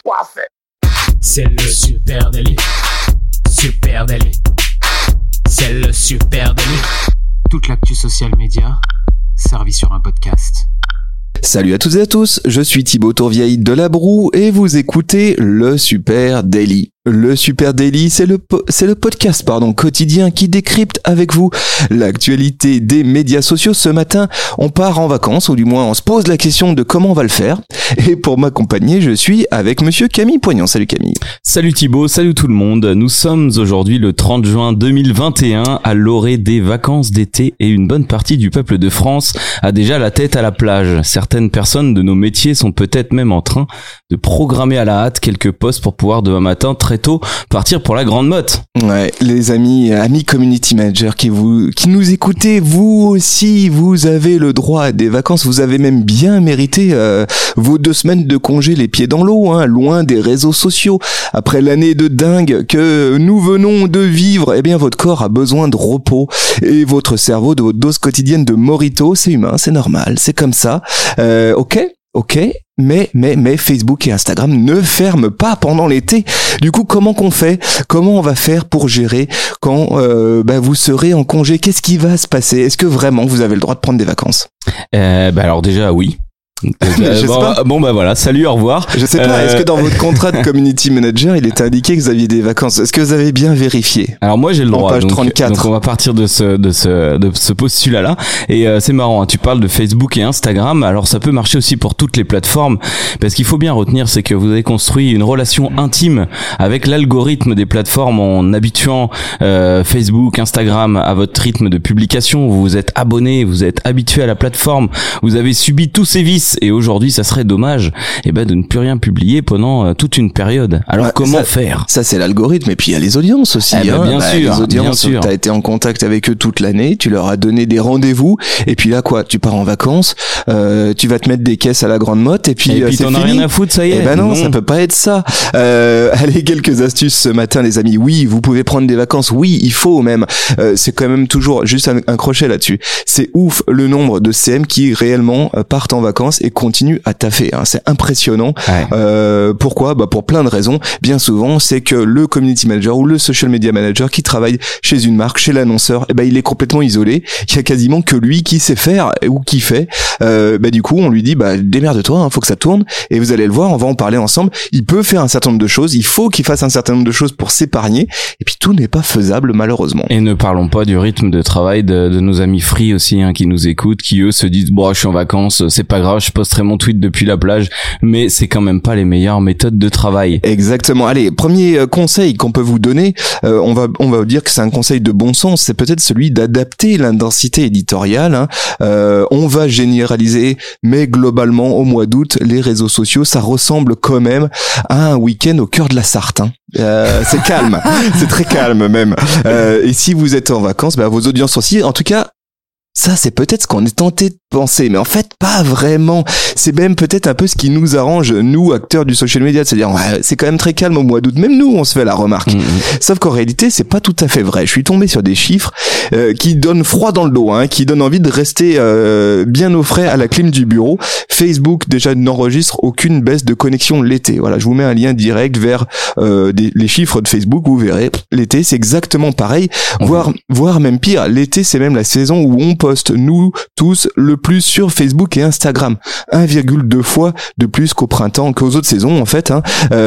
parfait. C'est le super délit. Super délit. C'est le super délit. Toute l'actu social média servie sur un podcast. Salut à toutes et à tous, je suis Thibaut Tourvieille de La Broue et vous écoutez le Super Daily. Le Super Daily, c'est le podcast quotidien qui décrypte avec vous l'actualité des médias sociaux. Ce matin, on part en vacances, ou du moins on se pose la question de comment on va le faire. Et pour m'accompagner, je suis avec monsieur Camille Poignant. Salut Camille. Salut Thibaut, salut tout le monde. Nous sommes aujourd'hui le 30 juin 2021 à l'orée des vacances d'été et une bonne partie du peuple de France a déjà la tête à la plage. Certaines personnes de nos métiers sont peut-être même en train de programmer à la hâte quelques postes pour pouvoir demain matin très tôt partir pour la grande motte. Ouais, les amis community managers qui nous écoutez, vous aussi, vous avez le droit à des vacances, vous avez même bien mérité vos 2 semaines de congé les pieds dans l'eau, loin des réseaux sociaux. Après l'année de dingue que nous venons de vivre, eh bien votre corps a besoin de repos et votre cerveau de votre dose quotidienne de Morito, c'est humain, c'est normal, c'est comme ça. Ok, mais Facebook et Instagram ne ferment pas pendant l'été. Du coup, comment qu'on fait ? Comment on va faire pour gérer quand vous serez en congé ? Qu'est-ce qui va se passer ? Est-ce que vraiment vous avez le droit de prendre des vacances ? Alors déjà, oui. Voilà, salut, au revoir. Je sais pas, est-ce que dans votre contrat de community manager, il est indiqué que vous aviez des vacances ? Est-ce que vous avez bien vérifié ? Alors moi j'ai le droit, page 34. donc on va partir de ce postulat-là. Et c'est marrant, tu parles de Facebook et Instagram, alors ça peut marcher aussi pour toutes les plateformes, parce qu'il faut bien retenir, c'est que vous avez construit une relation intime avec l'algorithme des plateformes en habituant Facebook, Instagram à votre rythme de publication. Vous vous êtes abonné, vous êtes habitué à la plateforme, vous avez subi tous ces vices. Et aujourd'hui, ça serait dommage de ne plus rien publier pendant toute une période. Alors comment faire ? Ça, c'est l'algorithme. Et puis, il y a les audiences aussi. Bien sûr, les audiences, tu as été en contact avec eux toute l'année, tu leur as donné des rendez-vous. Et puis là, tu pars en vacances, tu vas te mettre des caisses à la grande motte. Et puis c'est t'en as rien à foutre, ça y est. Non, ça peut pas être ça. Allez, quelques astuces ce matin, les amis. Oui, vous pouvez prendre des vacances. Oui, il faut même. C'est quand même toujours juste un crochet là-dessus. C'est ouf le nombre de CM qui réellement partent en vacances et continue à taffer, c'est impressionnant. Pourquoi ? Pour plein de raisons. Bien souvent, c'est que le community manager ou le social media manager qui travaille chez une marque, chez l'annonceur, il est complètement isolé. Il y a quasiment que lui qui sait faire ou qui fait. Du coup, on lui dit démerde-toi, faut que ça tourne. Et vous allez le voir, on va en parler ensemble. Il peut faire un certain nombre de choses. Il faut qu'il fasse un certain nombre de choses pour s'épargner. Et puis tout n'est pas faisable malheureusement. Et ne parlons pas du rythme de travail de nos amis free aussi, qui nous écoutent, qui eux se disent je suis en vacances, c'est pas grave. Je posterai mon tweet depuis la plage, mais c'est quand même pas les meilleures méthodes de travail. Exactement. Allez, premier conseil qu'on peut vous donner, on va vous dire que c'est un conseil de bon sens, c'est peut-être celui d'adapter l'intensité éditoriale. On va généraliser, mais globalement, au mois d'août, les réseaux sociaux, ça ressemble quand même à un week-end au cœur de la Sarthe. C'est calme, c'est très calme même. Et si vous êtes en vacances, vos audiences aussi, en tout cas, ça, c'est peut-être ce qu'on est tenté de penser, mais en fait, pas vraiment. C'est même peut-être un peu ce qui nous arrange, nous, acteurs du social media, c'est-à-dire, c'est quand même très calme au mois d'août. Même nous, on se fait la remarque. Sauf qu'en réalité, c'est pas tout à fait vrai. Je suis tombé sur des chiffres qui donnent froid dans le dos, qui donnent envie de rester bien au frais à la clim du bureau. Facebook, déjà, n'enregistre aucune baisse de connexion l'été. Voilà, je vous mets un lien direct vers les chiffres de Facebook. Vous verrez, l'été, c'est exactement pareil, voire même pire. L'été, c'est même la saison où on poste, nous, tous, le plus sur Facebook et Instagram. 1,2 fois de plus qu'au printemps, qu'aux autres saisons, en fait. Pourquoi ?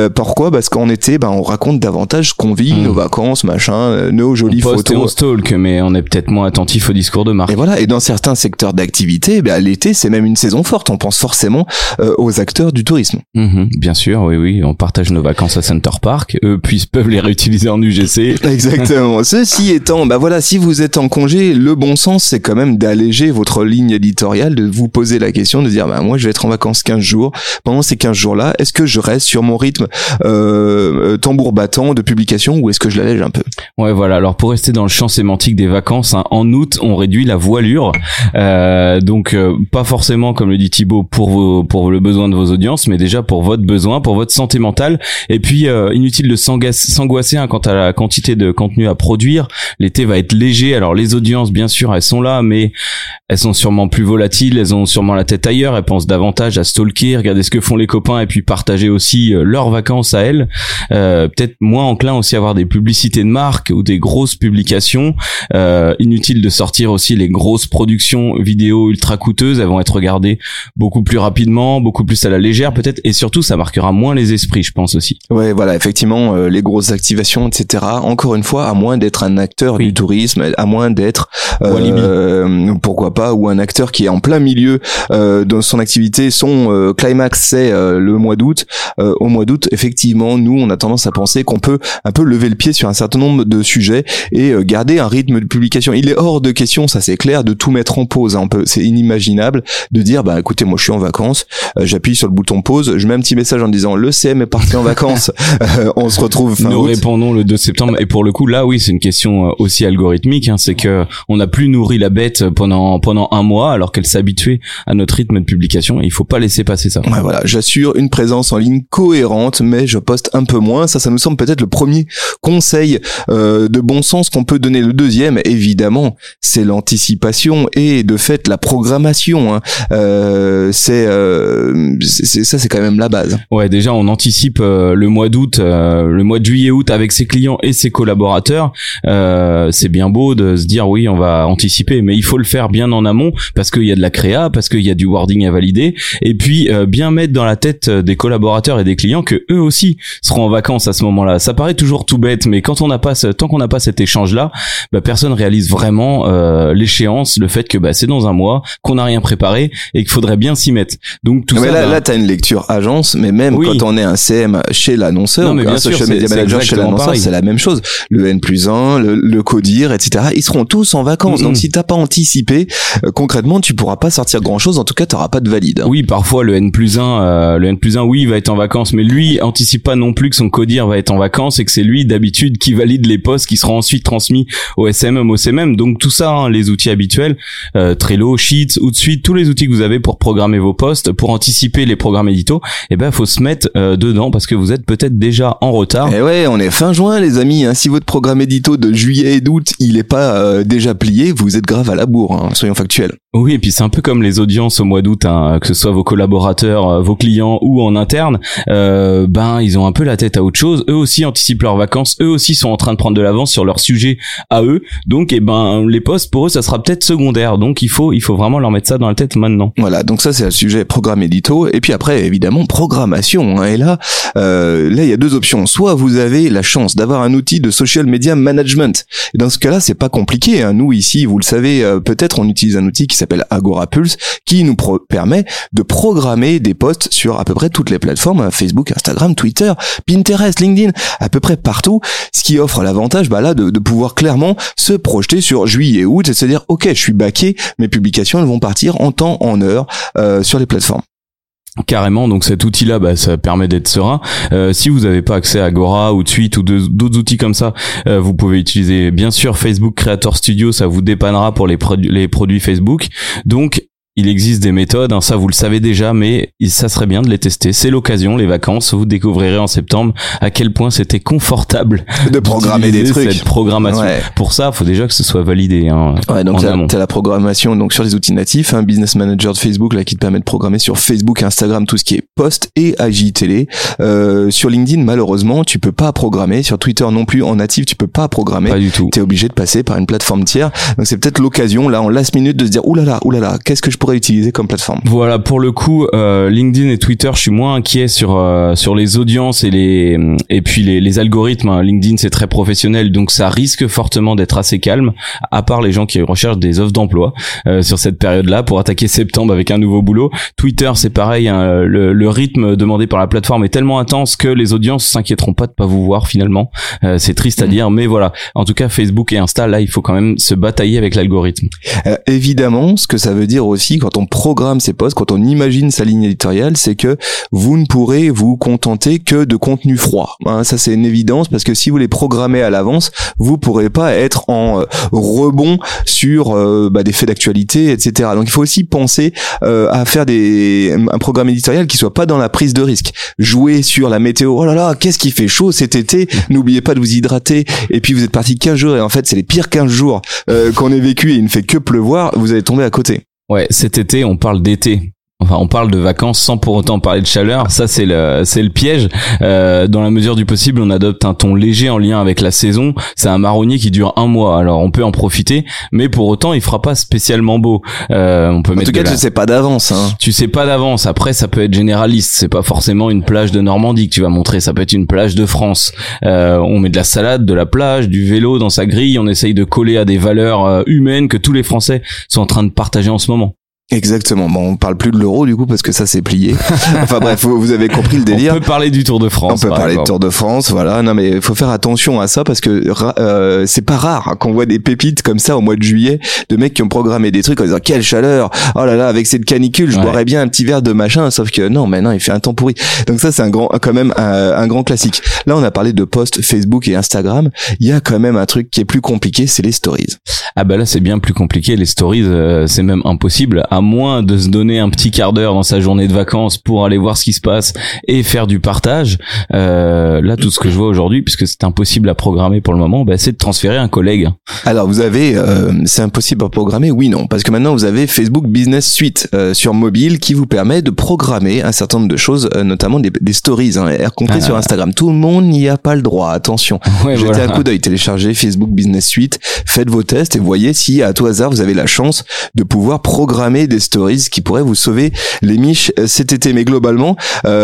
Parce qu'en été, on raconte davantage ce qu'on vit, nos vacances, nos jolies photos. Et on stalk, mais on est peut-être moins attentif au discours de marque. Et voilà. Et dans certains secteurs d'activité, l'été, c'est même une saison forte. On pense forcément aux acteurs du tourisme. Bien sûr, oui. On partage nos vacances à Center Park. Eux peuvent les réutiliser en UGC. Exactement. Ceci étant, si vous êtes en congé, le bon sens, c'est quand même d'alléger votre ligne éditoriale, de vous poser la question, de dire moi je vais être en vacances 15 jours, pendant ces 15 jours-là, est-ce que je reste sur mon rythme tambour battant de publication ou est-ce que je l'allège un peu ? Ouais, voilà, alors pour rester dans le champ sémantique des vacances, en août on réduit la voilure, donc pas forcément comme le dit Thibaut pour le besoin de vos audiences, mais déjà pour votre besoin, pour votre santé mentale, et puis inutile de s'angoisser quant à la quantité de contenu à produire. L'été va être léger, alors les audiences bien sûr elles sont là, mais mais elles sont sûrement plus volatiles, elles ont sûrement la tête ailleurs, elles pensent davantage à stalker, regarder ce que font les copains et puis partager aussi leurs vacances à elles. Peut-être moins enclin aussi à avoir des publicités de marque ou des grosses publications. Inutile de sortir aussi les grosses productions vidéo ultra coûteuses, elles vont être regardées beaucoup plus rapidement, beaucoup plus à la légère peut-être, et surtout ça marquera moins les esprits, je pense aussi. Ouais, voilà, effectivement, les grosses activations, etc. Encore une fois, à moins d'être un acteur du tourisme, à moins d'être pourquoi pas, ou un acteur qui est en plein milieu de son activité, son climax c'est le mois d'août. Au mois d'août, effectivement, nous on a tendance à penser qu'on peut un peu lever le pied sur un certain nombre de sujets et garder un rythme de publication. Il est hors de question, ça c'est clair, de tout mettre en pause. C'est inimaginable de dire bah écoutez, moi je suis en vacances, j'appuie sur le bouton pause, je mets un petit message en disant le CM est parti en vacances, on se retrouve fin août. Nous répondons le 2 septembre et pour le coup là oui c'est une question aussi algorithmique, hein, c'est que on n'a plus nourri la bête pendant un mois alors qu'elle s'habituait à notre rythme de publication et il faut pas laisser passer ça. Ouais, voilà, j'assure une présence en ligne cohérente, mais je poste un peu moins. Ça nous semble peut-être le premier conseil de bon sens qu'on peut donner. Le deuxième, évidemment, c'est l'anticipation et de fait la programmation. Hein. C'est quand même la base. Ouais, déjà on anticipe le mois d'août, le mois de juillet-août avec ses clients et ses collaborateurs. C'est bien beau de se dire oui, on va anticiper, mais il faut le faire bien en amont parce qu'il y a de la créa, parce qu'il y a du wording à valider, et puis bien mettre dans la tête des collaborateurs et des clients que eux aussi seront en vacances à ce moment-là. Ça paraît toujours tout bête, mais quand tant qu'on n'a pas cet échange-là, bah, personne réalise vraiment l'échéance, le fait que bah, c'est dans un mois, qu'on n'a rien préparé et qu'il faudrait bien s'y mettre. Donc tout mais ça. Là, t'as une lecture agence, mais même quand on est un CM chez l'annonceur, ou un social media manager chez l'annonceur, c'est la même chose. Le N+1, le codir, etc. Ils seront tous en vacances. Donc si t'as pas anticipé, concrètement, tu pourras pas sortir grand-chose. En tout cas, t'auras pas de valide. Oui, parfois le N+1, oui, il va être en vacances, mais lui anticipe pas non plus que son codir va être en vacances et que c'est lui d'habitude qui valide les posts qui seront ensuite transmis au SMM, au CMM. Donc tout ça, hein, les outils habituels, Trello, Sheets, Hootsuite, tous les outils que vous avez pour programmer vos posts, pour anticiper les programmes édito, eh ben faut se mettre dedans parce que vous êtes peut-être déjà en retard. Et ouais, on est fin juin les amis, hein. Si votre programme édito de juillet et d'août, il est pas déjà plié, vous êtes grave à la bourre, hein, soyons factuels. Oui, et puis c'est un peu comme les audiences au mois d'août, hein, que ce soit vos collaborateurs, vos clients ou en interne, ils ont un peu la tête à autre chose. Eux aussi anticipent leurs vacances, eux aussi sont en train de prendre de l'avance sur leur sujet à eux. Donc, les posts pour eux, ça sera peut-être secondaire. Donc, il faut vraiment leur mettre ça dans la tête maintenant. Voilà, donc ça c'est le sujet programme édito. Et puis après, évidemment, programmation. Hein. Et là, il y a deux options. Soit vous avez la chance d'avoir un outil de social media management. Et dans ce cas-là, c'est pas compliqué. Hein. Nous ici, vous le savez, peut-être on utilise un outil qui s'appelle Agorapulse, qui nous permet de programmer des posts sur à peu près toutes les plateformes, Facebook, Instagram, Twitter, Pinterest, LinkedIn, à peu près partout, ce qui offre l'avantage de pouvoir clairement se projeter sur juillet, août et se dire ok, je suis backé, mes publications elles vont partir en temps, en heure sur les plateformes. Carrément, donc cet outil-là, ça permet d'être serein. Si vous n'avez pas accès à Agora ou Tweet ou d'autres outils comme ça, vous pouvez utiliser bien sûr Facebook Creator Studio, ça vous dépannera pour les produits Facebook. Donc il existe des méthodes, hein, ça vous le savez déjà, mais ça serait bien de les tester. C'est l'occasion, les vacances, vous découvrirez en septembre à quel point c'était confortable de programmer des trucs. Cette programmation. Ouais. Pour ça, il faut déjà que ce soit validé. Hein, ouais, donc t'as la programmation donc sur les outils natifs, hein, Business Manager de Facebook là qui te permet de programmer sur Facebook, Instagram, tout ce qui est post et IGTV. Sur LinkedIn, malheureusement, tu peux pas programmer. Sur Twitter non plus, en natif, tu peux pas programmer. Pas du tout. T'es obligé de passer par une plateforme tiers. Donc c'est peut-être l'occasion là en last minute de se dire oulala, qu'est-ce que je pourrais utiliser comme plateforme. Voilà, pour le coup, LinkedIn et Twitter, je suis moins inquiet sur les audiences et puis les algorithmes. Hein. LinkedIn, c'est très professionnel, donc ça risque fortement d'être assez calme, à part les gens qui recherchent des offres d'emploi sur cette période-là pour attaquer septembre avec un nouveau boulot. Twitter, c'est pareil, hein, le rythme demandé par la plateforme est tellement intense que les audiences s'inquiéteront pas de pas vous voir finalement. C'est triste à dire, mais voilà. En tout cas, Facebook et Insta, là, il faut quand même se batailler avec l'algorithme. Évidemment, ce que ça veut dire aussi, aussi quand on programme ses posts, quand on imagine sa ligne éditoriale, c'est que vous ne pourrez vous contenter que de contenu froid. Hein, ça c'est une évidence parce que si vous les programmez à l'avance, vous pourrez pas être en rebond sur des faits d'actualité, etc. Donc il faut aussi penser à faire un programme éditorial qui soit pas dans la prise de risque. Jouer sur la météo. Oh là là, qu'est-ce qui fait chaud cet été? N'oubliez pas de vous hydrater. Et puis vous êtes parti 15 jours et en fait c'est les pires 15 jours qu'on ait vécu et il ne fait que pleuvoir. Vous allez tomber à côté. Ouais, cet été on parle d'été. Enfin, on parle de vacances sans pour autant parler de chaleur. Ça, c'est le piège. Dans la mesure du possible, on adopte un ton léger en lien avec la saison. C'est un marronnier qui dure 1 mois. Alors, on peut en profiter, mais pour autant, il fera pas spécialement beau. On peut en tout cas, tu sais pas d'avance, hein. Tu sais pas d'avance. Après, ça peut être généraliste. C'est pas forcément une plage de Normandie que tu vas montrer. Ça peut être une plage de France. On met de la salade, de la plage, du vélo dans sa grille. On essaye de coller à des valeurs humaines que tous les Français sont en train de partager en ce moment. Exactement. Bon, on parle plus de l'Euro du coup parce que ça s'est plié. Enfin bref, vous avez compris le délire. On peut parler du Tour de France. On peut parler du Tour de France, voilà. Non mais il faut faire attention à ça parce que c'est pas rare qu'on voit des pépites comme ça au mois de juillet de mecs qui ont programmé des trucs en disant quelle chaleur. Oh là là, avec cette canicule, je boirais bien un petit verre de machin, sauf que non, maintenant il fait un temps pourri. Donc ça c'est un grand classique. Là, on a parlé de posts Facebook et Instagram. Il y a quand même un truc qui est plus compliqué, c'est les stories. Ah bah là, c'est bien plus compliqué. Les stories, c'est même impossible. À moins de se donner un petit quart d'heure dans sa journée de vacances pour aller voir ce qui se passe et faire du partage. Là, tout ce que je vois aujourd'hui, puisque c'est impossible à programmer pour le moment, c'est de transférer un collègue. Alors, vous avez, c'est impossible à programmer? Oui, non. Parce que maintenant, vous avez Facebook Business Suite sur mobile qui vous permet de programmer un certain nombre de choses, notamment des stories, hein, y compris sur Instagram. Tout le monde n'y a pas le droit. Attention. Ouais, jetez un coup d'œil, téléchargez Facebook Business Suite, faites vos tests et voyez si à tout hasard vous avez la chance de pouvoir programmer des stories qui pourraient vous sauver les miches cet été. Mais globalement,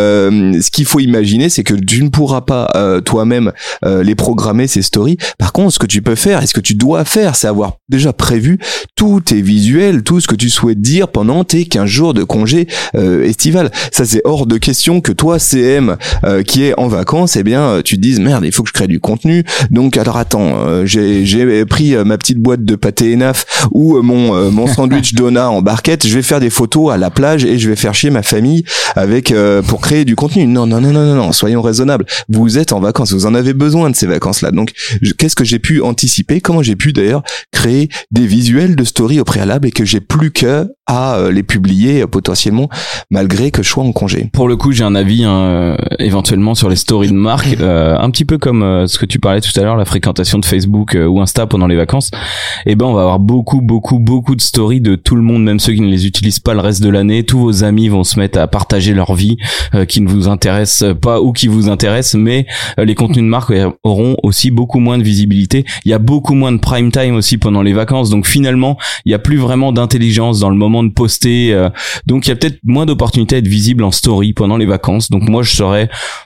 ce qu'il faut imaginer, c'est que tu ne pourras pas toi-même les programmer, ces stories. Par contre, ce que tu peux faire et ce que tu dois faire, c'est avoir déjà prévu tous tes visuels, tout ce que tu souhaites dire pendant tes 15 jours de congé estival. Ça, c'est hors de question que toi, CM, qui est en vacances, eh bien, tu te dises, merde, il faut que je crée du contenu. Donc, alors attends, j'ai pris ma petite boîte de pâté ENAF ou mon sandwich Dona en barquette, je vais faire des photos à la plage et je vais faire chier ma famille avec pour créer du contenu. Non, soyons raisonnables. Vous êtes en vacances, vous en avez besoin de ces vacances-là. Donc, qu'est-ce que j'ai pu anticiper? Comment j'ai pu d'ailleurs créer des visuels de story au préalable et que j'ai plus qu'à les publier potentiellement malgré que je sois en congé. Pour le coup, j'ai un avis éventuellement sur les stories de marque, un petit peu comme ce que tu parlais tout à l'heure, la fréquentation de Facebook ou Insta pendant les vacances. Et on va avoir beaucoup de stories de tout le monde, même ceux qui ne les utilisent pas le reste de l'année. Tous vos amis vont se mettre à partager leur vie qui ne vous intéresse pas ou qui vous intéresse, mais les contenus de marque auront aussi beaucoup moins de visibilité. Il y a beaucoup moins de prime time aussi pendant les vacances, donc finalement il y a plus vraiment d'intelligence dans le moment de poster, donc il y a peut-être moins d'opportunités à être visible en story pendant les vacances. Donc moi je serais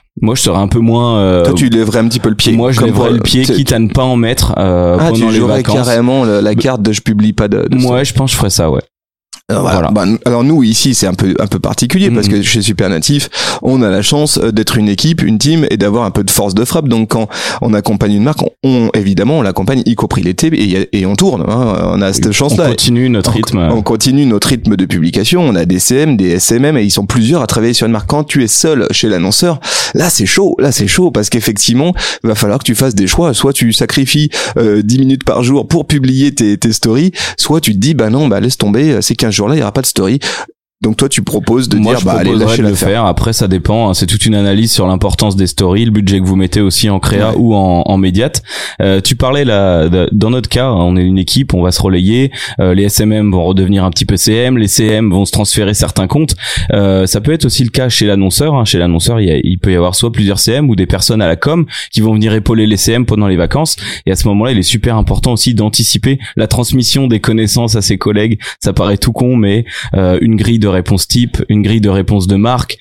un peu moins toi tu lèverais un petit peu le pied. Moi je lèverais le pied quitte à ne pas en mettre pendant les vacances. Carrément la carte de je publie pas de ouais, je pense que je ferais ça, ouais. Voilà. Alors nous ici c'est un peu particulier parce que chez Supernatif on a la chance d'être une équipe, une team et d'avoir un peu de force de frappe. Donc quand on accompagne une marque, évidemment on l'accompagne y compris l'été et on tourne. Hein. On a cette chance-là. On continue notre rythme. On continue notre rythme de publication. On a des CM, des SMM et ils sont plusieurs à travailler sur une marque. Quand tu es seul chez l'annonceur, là c'est chaud parce qu'effectivement il va falloir que tu fasses des choix. Soit tu sacrifies 10 minutes par jour pour publier tes stories, soit tu te dis laisse tomber, c'est 15 jours là il y aura pas de story. Donc toi tu proposes de dire allez lâchez le faire. Après ça dépend, c'est toute une analyse sur l'importance des stories, le budget que vous mettez aussi en créa ou en médiat. Tu parlais là dans notre cas, on est une équipe, on va se relayer, les SMM vont redevenir un petit peu CM, les CM vont se transférer certains comptes. Ça peut être aussi le cas chez l'annonceur, hein. Chez l'annonceur, il peut y avoir soit plusieurs CM ou des personnes à la com qui vont venir épauler les CM pendant les vacances, et à ce moment-là, il est super important aussi d'anticiper la transmission des connaissances à ses collègues. Ça paraît tout con, mais une grille de de réponse type, une grille de réponse de marque,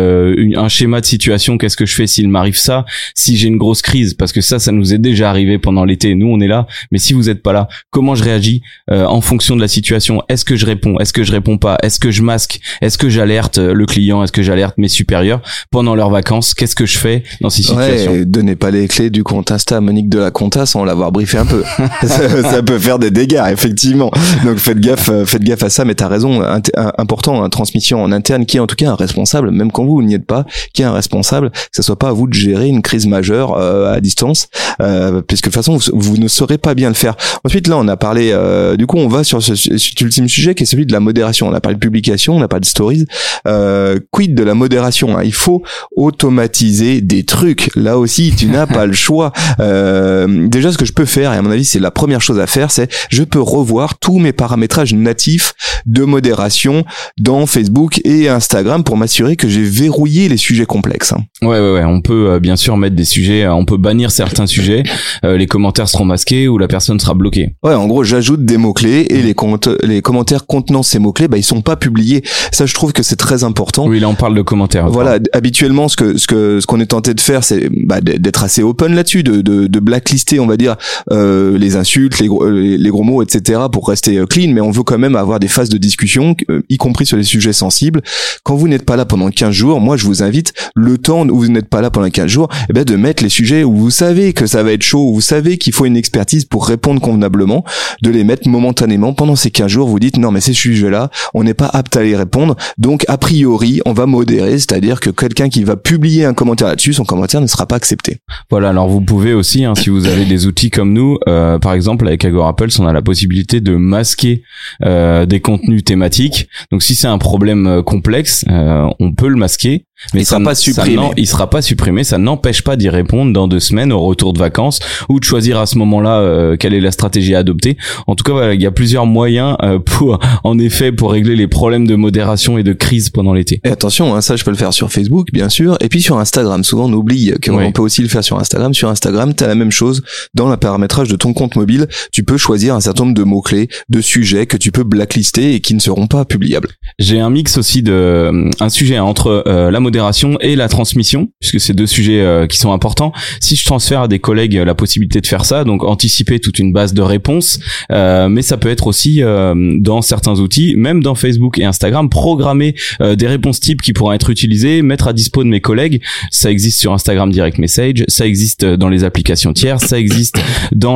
un schéma de situation, qu'est-ce que je fais s'il m'arrive ça, si j'ai une grosse crise, parce que ça nous est déjà arrivé pendant l'été, nous on est là, mais si vous êtes pas là, comment je réagis en fonction de la situation, est-ce que je réponds pas, est-ce que je masque, est-ce que j'alerte le client, est-ce que j'alerte mes supérieurs pendant leurs vacances, qu'est-ce que je fais dans ces situations. Ouais, donnez pas les clés du compte Insta à Monique de la Compta sans l'avoir briefé un peu. ça peut faire des dégâts, effectivement. Donc faites gaffe à ça, mais t'as raison, important, transmission en interne, qui est en tout cas un responsable, même quand vous n'y êtes pas, qui est un responsable, que ce soit pas à vous de gérer une crise majeure à distance, puisque de toute façon vous ne saurez pas bien le faire. Ensuite là on a parlé, du coup on va sur cet ultime sujet qui est celui de la modération. On a parlé de publication, on a parlé de stories, quid de la modération, hein. Il faut automatiser des trucs, là aussi tu n'as pas le choix. Déjà ce que je peux faire, et à mon avis c'est la première chose à faire, c'est je peux revoir tous mes paramétrages natifs de modération dans Facebook et Instagram pour m'assurer que j'ai verrouillé les sujets complexes. Ouais, on peut bien sûr mettre des sujets, on peut bannir certains sujets, les commentaires seront masqués ou la personne sera bloquée. Ouais, en gros, j'ajoute des mots-clés et les commentaires contenant ces mots-clés, ils sont pas publiés. Ça, je trouve que c'est très important. Oui, là on parle de commentaires. Voilà, habituellement ce qu'on est tenté de faire, c'est d'être assez open là-dessus, de blacklister, on va dire, les insultes, les gros mots, etc. pour rester clean, mais on veut quand même avoir des phases de discussion, y compris sur les sujets sensibles. Quand vous n'êtes pas là pendant 15 jours, moi je vous invite, le temps où vous n'êtes pas là pendant 15 jours, de mettre les sujets où vous savez que ça va être chaud, où vous savez qu'il faut une expertise pour répondre convenablement, de les mettre momentanément pendant ces 15 jours. Vous dites non mais ces sujets-là, on n'est pas apte à les répondre, donc a priori on va modérer, c'est-à-dire que quelqu'un qui va publier un commentaire là-dessus, son commentaire ne sera pas accepté. Voilà, alors vous pouvez aussi, si vous avez des outils comme nous, par exemple avec Agorapulse, on a la possibilité de masquer des contenus thématiques. Donc si c'est un problème complexe, on peut le masquer. Mais il sera pas supprimé. Ça n'empêche pas d'y répondre dans 2 semaines au retour de vacances ou de choisir à ce moment-là quelle est la stratégie à adopter. En tout cas, voilà, il y a plusieurs moyens pour régler les problèmes de modération et de crise pendant l'été. Et attention, ça je peux le faire sur Facebook, bien sûr, et puis sur Instagram. Souvent on oublie qu'on peut aussi le faire sur Instagram. Sur Instagram, t'as la même chose dans le paramétrage de ton compte mobile. Tu peux choisir un certain nombre de mots-clés, de sujets que tu peux blacklister et qui ne seront pas publiables. J'ai un mix aussi un sujet entre la modération et la transmission, puisque c'est 2 sujets qui sont importants. Si je transfère à des collègues la possibilité de faire ça, donc anticiper toute une base de réponses, mais ça peut être aussi dans certains outils, même dans Facebook et Instagram, programmer des réponses types qui pourront être utilisées, mettre à dispo de mes collègues. Ça existe sur Instagram Direct Message, ça existe dans les applications tierces, ça existe dans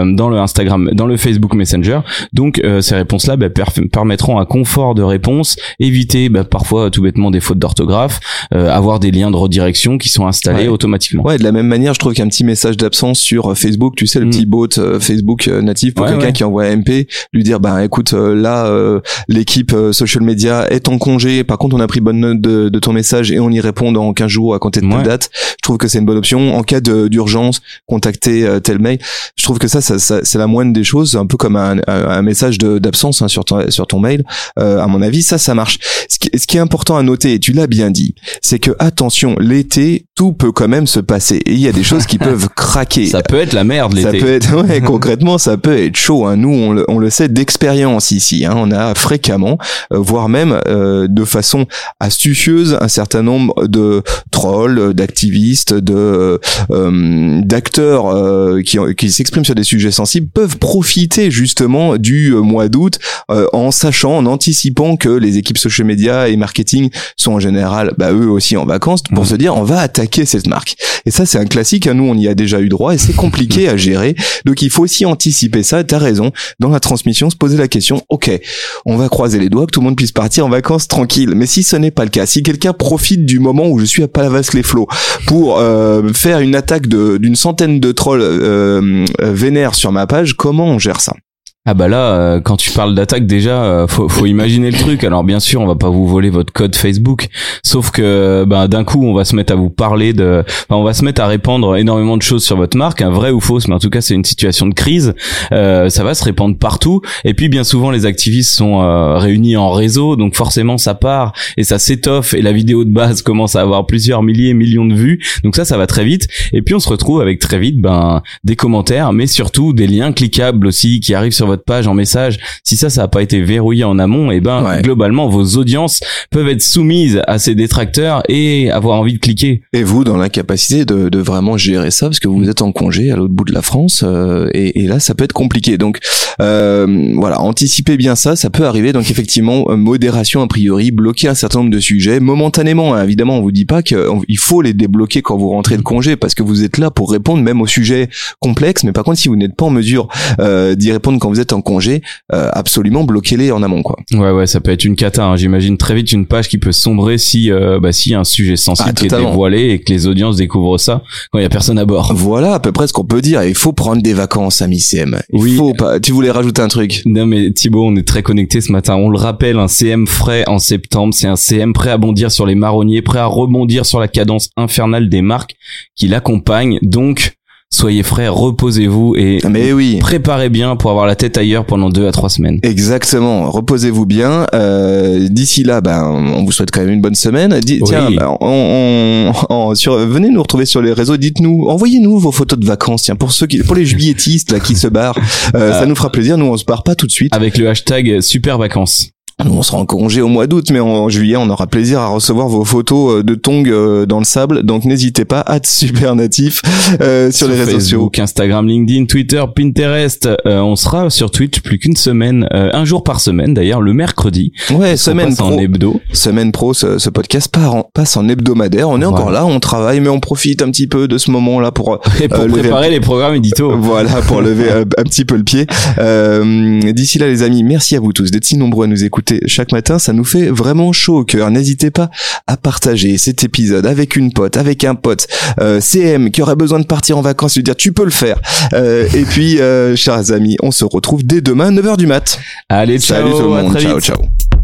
le Facebook Messenger. Donc ces réponses-là permettront un confort de réponse, éviter parfois tout bêtement des fautes d'orthographe, avoir des liens de redirection qui sont installés automatiquement. Ouais, de la même manière, je trouve qu'un petit message d'absence sur Facebook, tu sais, le petit bot Facebook natif pour quelqu'un qui envoie un MP, lui dire écoute, là l'équipe social media est en congé, par contre on a pris bonne note de ton message et on y répond dans 15 jours à compter de telle date. Je trouve que c'est une bonne option. En cas d'urgence, contacter tel mail. Je trouve que ça c'est la moindre des choses. C'est un peu comme un message d'absence sur ton mail. À mon avis, ça marche. Ce qui est important à noter, et tu l'as bien dit, c'est que attention, l'été, tout peut quand même se passer. Et il y a des choses qui peuvent craquer. Ça peut être la merde l'été. Ça peut être, concrètement, ça peut être chaud. Nous, on le sait d'expérience ici. On a fréquemment, voire même de façon astucieuse, un certain nombre de trolls, d'activistes, d'acteurs qui s'expriment sur des sujets sensibles peuvent profiter justement du mois d'août en anticipant que les équipes social media et marketing sont en général eux aussi en vacances pour se dire on va attaquer cette marque. Et ça c'est un classique, nous on y a déjà eu droit et c'est compliqué à gérer. Donc il faut aussi anticiper ça, t'as raison, dans la transmission se poser la question, ok, on va croiser les doigts que tout le monde puisse partir en vacances tranquille, mais si ce n'est pas le cas, si quelqu'un profite du moment où je suis à Palavas-les-Flots pour faire une attaque d'une centaine de trolls vénères sur ma page, comment on gère ça? Ah là, quand tu parles d'attaque déjà, faut imaginer le truc. Alors bien sûr, on va pas vous voler votre code Facebook, sauf que d'un coup, on va se mettre à vous parler on va se mettre à répandre énormément de choses sur votre marque, vrai ou fausse, mais en tout cas, c'est une situation de crise. Ça va se répandre partout. Et puis bien souvent, les activistes sont réunis en réseau, donc forcément, ça part et ça s'étoffe et la vidéo de base commence à avoir plusieurs millions de vues. Donc ça va très vite. Et puis on se retrouve avec très vite des commentaires, mais surtout des liens cliquables aussi qui arrivent sur votre votre page en message, si ça a pas été verrouillé en amont, et globalement vos audiences peuvent être soumises à ces détracteurs et avoir envie de cliquer. Et vous, dans l'incapacité de vraiment gérer ça, parce que vous êtes en congé à l'autre bout de la France, et là ça peut être compliqué. Donc voilà, anticipez bien ça peut arriver. Donc effectivement, modération a priori, bloquer un certain nombre de sujets momentanément, hein. Évidemment, on vous dit pas qu'il faut les débloquer quand vous rentrez de congé, parce que vous êtes là pour répondre même aux sujets complexes. Mais par contre, si vous n'êtes pas en mesure d'y répondre quand vous êtes en congé, absolument bloquez-les en amont, quoi. Ouais, ça peut être une cata, hein. J'imagine très vite une page qui peut sombrer si y a un sujet sensible qui est dévoilé et que les audiences découvrent ça quand il y a personne à bord. Voilà à peu près ce qu'on peut dire. Il faut prendre des vacances, ami CM. Faut pas. Tu voulais rajouter un truc? Non mais Thibaut, on est très connectés ce matin. On le rappelle, un CM frais en septembre, c'est un CM prêt à bondir sur les marronniers, prêt à rebondir sur la cadence infernale des marques qui l'accompagnent. Donc soyez frais, reposez-vous et préparez bien pour avoir la tête ailleurs pendant 2 à 3 semaines. Exactement, reposez-vous bien. D'ici là, on vous souhaite quand même une bonne semaine. Tiens, venez nous retrouver sur les réseaux. Dites-nous, envoyez-nous vos photos de vacances. Tiens, pour les juilletistes là qui se barrent, ça nous fera plaisir. Nous, on se barre pas tout de suite. Avec le hashtag super vacances. Nous, on sera en congé au mois d'août, mais en juillet, on aura plaisir à recevoir vos photos de tongs dans le sable. Donc, n'hésitez pas, @supernatif sur les réseaux sociaux. Instagram, LinkedIn, Twitter, Pinterest. On sera sur Twitch plus qu'une semaine, un jour par semaine d'ailleurs, le mercredi. Ouais, semaine pro. En hebdo. Semaine pro, ce podcast passe en hebdomadaire. On est encore là, on travaille, mais on profite un petit peu de ce moment-là pour préparer les programmes édito. Voilà, pour lever un petit peu le pied. D'ici là, les amis, merci à vous tous d'être si nombreux à nous écouter chaque matin, ça nous fait vraiment chaud au cœur. N'hésitez pas à partager cet épisode avec une pote, avec un pote, CM qui aurait besoin de partir en vacances, lui dire tu peux le faire. Et puis, chers amis, on se retrouve dès demain 9h du mat. Allez, ciao. Salut tout le monde. Ciao.